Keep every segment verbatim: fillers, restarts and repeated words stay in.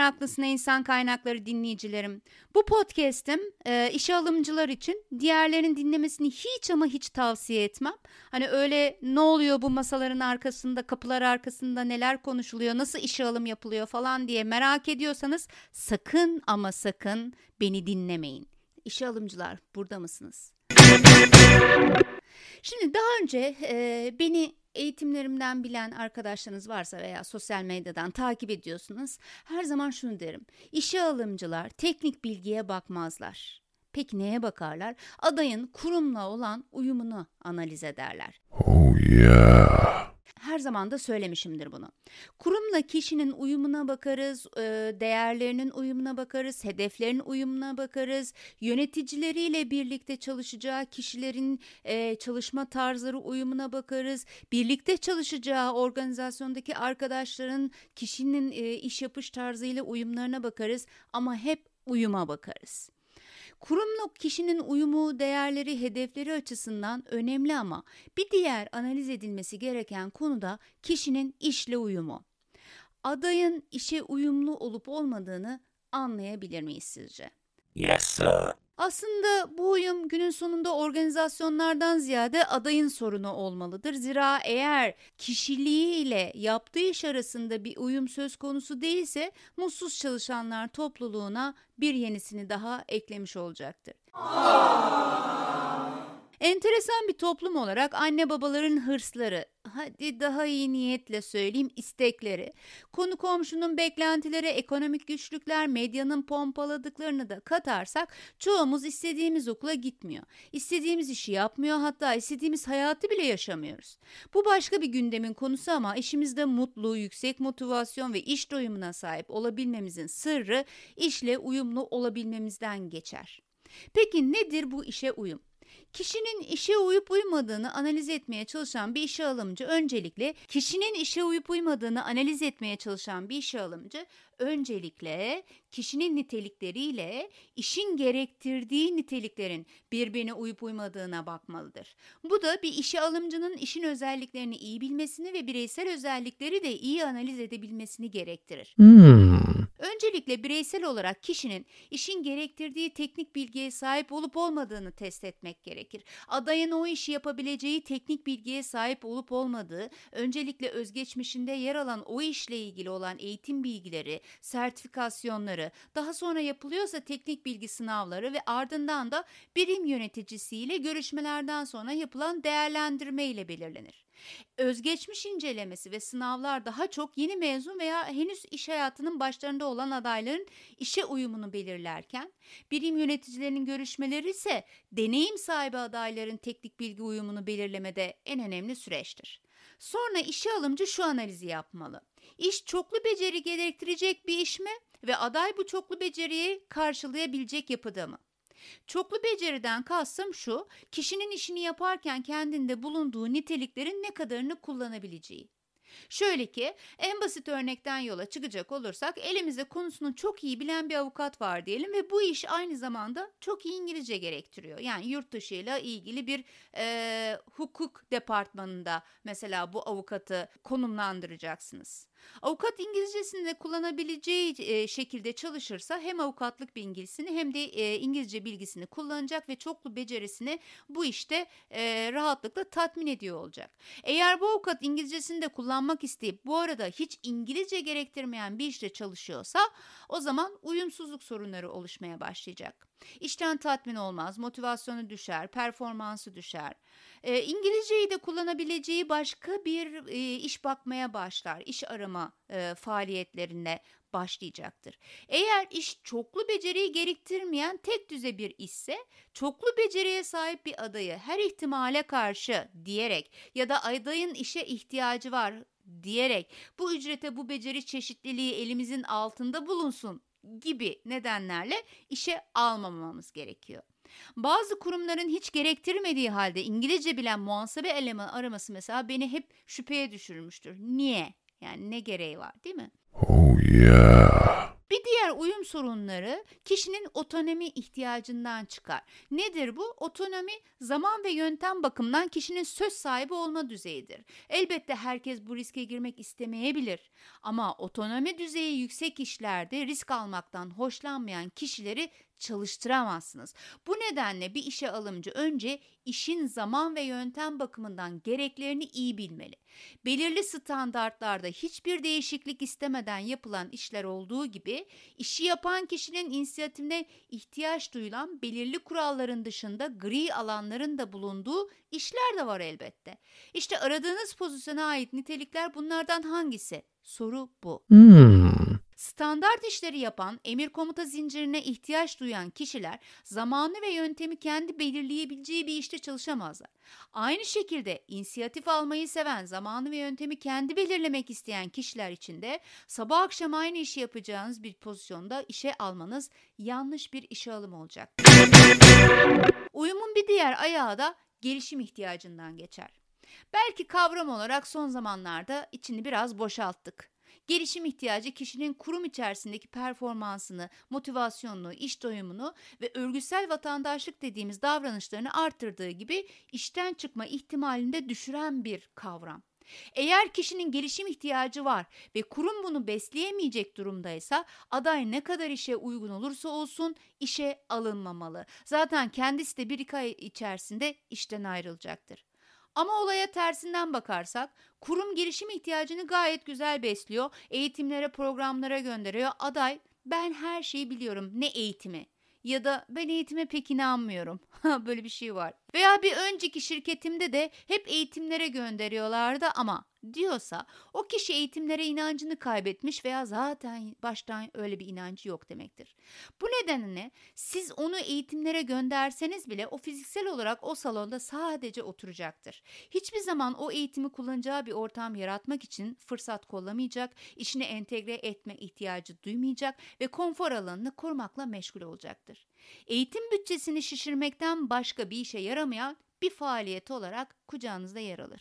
meraklısına insan kaynakları dinleyicilerim. Bu podcast'im e, işe alımcılar için, diğerlerinin dinlemesini hiç ama hiç tavsiye etmem. Hani öyle ne oluyor bu masaların arkasında, kapılar arkasında neler konuşuluyor, nasıl işe alım yapılıyor falan diye merak ediyorsanız sakın ama sakın beni dinlemeyin. İşe alımcılar, burada mısınız? Şimdi daha önce e, beni eğitimlerimden bilen arkadaşlarınız varsa veya sosyal medyadan takip ediyorsunuz, her zaman şunu derim: İşe alımcılar teknik bilgiye bakmazlar. Peki neye bakarlar? Adayın kurumla olan uyumunu analiz ederler. Oh yeah. Her zaman da söylemişimdir bunu. Kurumla kişinin uyumuna bakarız, değerlerinin uyumuna bakarız, hedeflerin uyumuna bakarız, yöneticileriyle birlikte çalışacağı kişilerin çalışma tarzları uyumuna bakarız, birlikte çalışacağı organizasyondaki arkadaşların kişinin iş yapış tarzıyla uyumlarına bakarız ama hep uyuma bakarız. Kurumla kişinin uyumu, değerleri, hedefleri açısından önemli ama bir diğer analiz edilmesi gereken konu da kişinin işle uyumu. Adayın işe uyumlu olup olmadığını anlayabilir miyiz sizce? Yes, sir. Aslında bu uyum günün sonunda organizasyonlardan ziyade adayın sorunu olmalıdır. Zira eğer kişiliğiyle yaptığı iş arasında bir uyum söz konusu değilse mutsuz çalışanlar topluluğuna bir yenisini daha eklemiş olacaktır. Enteresan bir toplum olarak anne babaların hırsları, hadi daha iyi niyetle söyleyeyim istekleri, konu komşunun beklentileri, ekonomik güçlükler, medyanın pompaladıklarını da katarsak çoğumuz istediğimiz okula gitmiyor. İstediğimiz işi yapmıyor, hatta istediğimiz hayatı bile yaşamıyoruz. Bu başka bir gündemin konusu ama işimizde mutlu, yüksek motivasyon ve iş doyumuna sahip olabilmemizin sırrı işle uyumlu olabilmemizden geçer. Peki nedir bu işe uyum? Kişinin işe uyup uymadığını analiz etmeye çalışan bir işe alımcı öncelikle kişinin işe uyup uymadığını analiz etmeye çalışan bir işe alımcı öncelikle kişinin nitelikleriyle işin gerektirdiği niteliklerin birbirine uyup uymadığına bakmalıdır. Bu da bir işe alımcının işin özelliklerini iyi bilmesini ve bireysel özellikleri de iyi analiz edebilmesini gerektirir. Hmm. Öncelikle bireysel olarak kişinin işin gerektirdiği teknik bilgiye sahip olup olmadığını test etmek gerekir. Adayın o işi yapabileceği teknik bilgiye sahip olup olmadığı, öncelikle özgeçmişinde yer alan o işle ilgili olan eğitim bilgileri, sertifikasyonları, daha sonra yapılıyorsa teknik bilgi sınavları ve ardından da birim yöneticisiyle görüşmelerden sonra yapılan değerlendirme ile belirlenir. Özgeçmiş incelemesi ve sınavlar daha çok yeni mezun veya henüz iş hayatının başlarında olan adayların işe uyumunu belirlerken, birim yöneticilerinin görüşmeleri ise deneyim sahibi adayların teknik bilgi uyumunu belirlemede en önemli süreçtir. Sonra işe alımcı şu analizi yapmalı: İş çoklu beceri gerektirecek bir iş mi ve aday bu çoklu beceriyi karşılayabilecek yapıda mı? Çoklu beceriden kastım şu: kişinin işini yaparken kendinde bulunduğu niteliklerin ne kadarını kullanabileceği. Şöyle ki, en basit örnekten yola çıkacak olursak elimizde konusunu çok iyi bilen bir avukat var diyelim ve bu iş aynı zamanda çok iyi İngilizce gerektiriyor. Yani yurt dışıyla ilgili bir e, hukuk departmanında mesela bu avukatı konumlandıracaksınız. Avukat İngilizcesini de kullanabileceği e, şekilde çalışırsa hem avukatlık bilgisini hem de e, İngilizce bilgisini kullanacak ve çoklu becerisini bu işte e, rahatlıkla tatmin ediyor olacak. Eğer bu avukat İngilizcesini de kullanmak isteyip bu arada hiç İngilizce gerektirmeyen bir işte çalışıyorsa o zaman uyumsuzluk sorunları oluşmaya başlayacak. İşten tatmin olmaz, motivasyonu düşer, performansı düşer. E, İngilizceyi de kullanabileceği başka bir e, iş bakmaya başlar, iş arama e, faaliyetlerine başlayacaktır. Eğer iş çoklu beceriyi gerektirmeyen tek düze bir işse, çoklu beceriye sahip bir adayı her ihtimale karşı diyerek ya da adayın işe ihtiyacı var diyerek bu ücrete bu beceri çeşitliliği elimizin altında bulunsun gibi nedenlerle işe almamamız gerekiyor. Bazı kurumların hiç gerektirmediği halde İngilizce bilen muhasebe elemanı araması mesela beni hep şüpheye düşürmüştür. Niye? Yani ne gereği var, değil mi? Oh yeah. Bir diğer uyum sorunları kişinin otonomi ihtiyacından çıkar. Nedir bu? Otonomi zaman ve yöntem bakımından kişinin söz sahibi olma düzeyidir. Elbette herkes bu riske girmek istemeyebilir. Ama otonomi düzeyi yüksek işlerde risk almaktan hoşlanmayan kişileri çalıştıramazsınız. Bu nedenle bir işe alımcı önce işin zaman ve yöntem bakımından gereklerini iyi bilmeli. Belirli standartlarda hiçbir değişiklik istemeden yapılan işler olduğu gibi işi yapan kişinin inisiyatifine ihtiyaç duyulan belirli kuralların dışında gri alanların da bulunduğu işler de var elbette. İşte aradığınız pozisyona ait nitelikler bunlardan hangisi? Soru bu. Hmm. Standart işleri yapan, emir komuta zincirine ihtiyaç duyan kişiler zamanı ve yöntemi kendi belirleyebileceği bir işte çalışamazlar. Aynı şekilde inisiyatif almayı seven, zamanı ve yöntemi kendi belirlemek isteyen kişiler için de sabah akşam aynı işi yapacağınız bir pozisyonda işe almanız yanlış bir işe alım olacak. Uyumun bir diğer ayağı da gelişim ihtiyacından geçer. Belki kavram olarak son zamanlarda içini biraz boşalttık. Gelişim ihtiyacı kişinin kurum içerisindeki performansını, motivasyonunu, iş doyumunu ve örgütsel vatandaşlık dediğimiz davranışlarını arttırdığı gibi işten çıkma ihtimalini de düşüren bir kavram. Eğer kişinin gelişim ihtiyacı var ve kurum bunu besleyemeyecek durumdaysa aday ne kadar işe uygun olursa olsun işe alınmamalı. Zaten kendisi de bir iki ay içerisinde işten ayrılacaktır. Ama olaya tersinden bakarsak, kurum gelişim ihtiyacını gayet güzel besliyor, eğitimlere, programlara gönderiyor. Aday, ben her şeyi biliyorum, ne eğitimi? Ya da ben eğitime pek inanmıyorum. Böyle bir şey var. Veya bir önceki şirketimde de hep eğitimlere gönderiyorlardı ama diyorsa o kişi eğitimlere inancını kaybetmiş veya zaten baştan öyle bir inancı yok demektir. Bu nedenle siz onu eğitimlere gönderseniz bile o fiziksel olarak o salonda sadece oturacaktır. Hiçbir zaman o eğitimi kullanacağı bir ortam yaratmak için fırsat kollamayacak, işine entegre etme ihtiyacı duymayacak ve konfor alanını kurmakla meşgul olacaktır. Eğitim bütçesini şişirmekten başka bir işe yaramayan bir faaliyet olarak kucağınızda yer alır.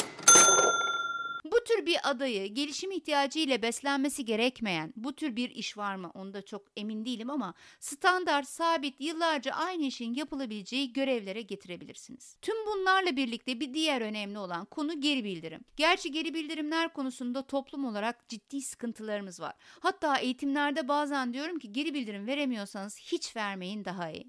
Bu tür bir adayı gelişim ihtiyacı ile beslenmesi gerekmeyen bu tür bir iş var mı? Onda çok emin değilim ama standart, sabit, yıllarca aynı işin yapılabileceği görevlere getirebilirsiniz. Tüm bunlarla birlikte bir diğer önemli olan konu geri bildirim. Gerçi geri bildirimler konusunda toplum olarak ciddi sıkıntılarımız var. Hatta eğitimlerde bazen diyorum ki geri bildirim veremiyorsanız hiç vermeyin daha iyi.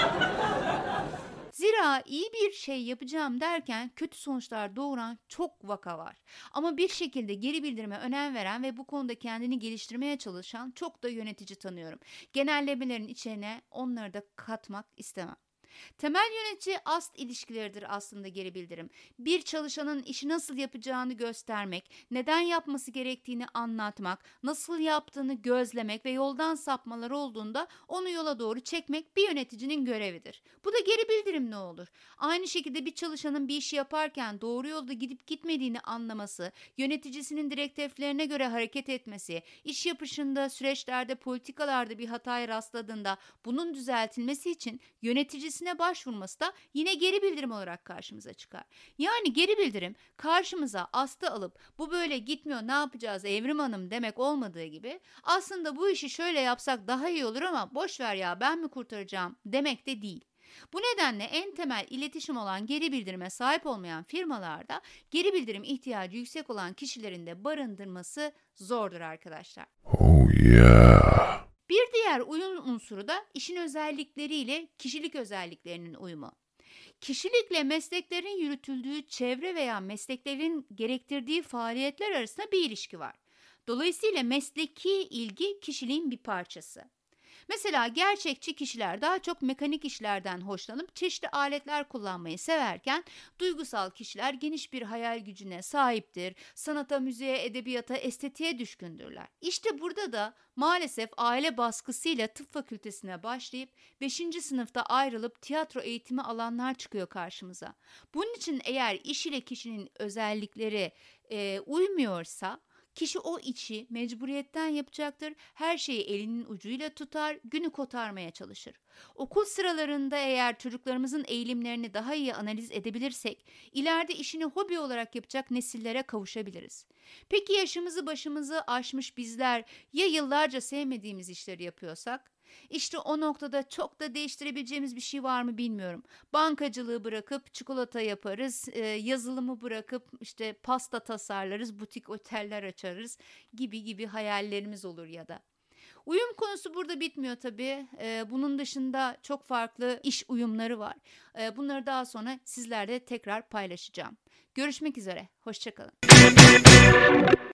Zira iyi bir şey yapacağım derken kötü sonuçlar doğuran çok vaka var. Ama bir şekilde geri bildirime önem veren ve bu konuda kendini geliştirmeye çalışan çok da yönetici tanıyorum. Genellemelerin içine onları da katmak istemem. Temel yönetici ast ilişkileridir aslında geri bildirim. Bir çalışanın işi nasıl yapacağını göstermek, neden yapması gerektiğini anlatmak, nasıl yaptığını gözlemek ve yoldan sapmalar olduğunda onu yola doğru çekmek bir yöneticinin görevidir. Bu da geri bildirim ne olur? Aynı şekilde bir çalışanın bir işi yaparken doğru yolda gidip gitmediğini anlaması, yöneticisinin direktiflerine göre hareket etmesi, iş yapışında, süreçlerde, politikalarda bir hataya rastladığında bunun düzeltilmesi için yöneticisine başvurması da yine geri bildirim olarak karşımıza çıkar. Yani geri bildirim karşımıza astı alıp bu böyle gitmiyor ne yapacağız Evrim Hanım demek olmadığı gibi aslında bu işi şöyle yapsak daha iyi olur ama boş ver ya ben mi kurtaracağım demek de değil. Bu nedenle en temel iletişim olan geri bildirime sahip olmayan firmalarda geri bildirim ihtiyacı yüksek olan kişilerin de barındırması zordur arkadaşlar. Oh yeah. Bir diğer uyum unsuru da işin özellikleriyle kişilik özelliklerinin uyumu. Kişilikle mesleklerin yürütüldüğü çevre veya mesleklerin gerektirdiği faaliyetler arasında bir ilişki var. Dolayısıyla mesleki ilgi kişiliğin bir parçası. Mesela gerçekçi kişiler daha çok mekanik işlerden hoşlanıp çeşitli aletler kullanmayı severken duygusal kişiler geniş bir hayal gücüne sahiptir, sanata, müziğe, edebiyata, estetiğe düşkündürler. İşte burada da maalesef aile baskısıyla tıp fakültesine başlayıp beşinci sınıfta ayrılıp tiyatro eğitimi alanlar çıkıyor karşımıza. Bunun için eğer iş ile kişinin özellikleri e, uymuyorsa Kişi o işi mecburiyetten yapacaktır. Her şeyi elinin ucuyla tutar, günü kotarmaya çalışır. Okul sıralarında eğer çocuklarımızın eğilimlerini daha iyi analiz edebilirsek, ileride işini hobi olarak yapacak nesillere kavuşabiliriz. Peki yaşımızı başımızı aşmış bizler ya yıllarca sevmediğimiz işleri yapıyorsak? İşte o noktada çok da değiştirebileceğimiz bir şey var mı bilmiyorum. Bankacılığı bırakıp çikolata yaparız, e, yazılımı bırakıp işte pasta tasarlarız, butik oteller açarız gibi gibi hayallerimiz olur ya da. Uyum konusu burada bitmiyor tabii. Ee, bunun dışında çok farklı iş uyumları var. Ee, bunları daha sonra sizlerle tekrar paylaşacağım. Görüşmek üzere, hoşça kalın.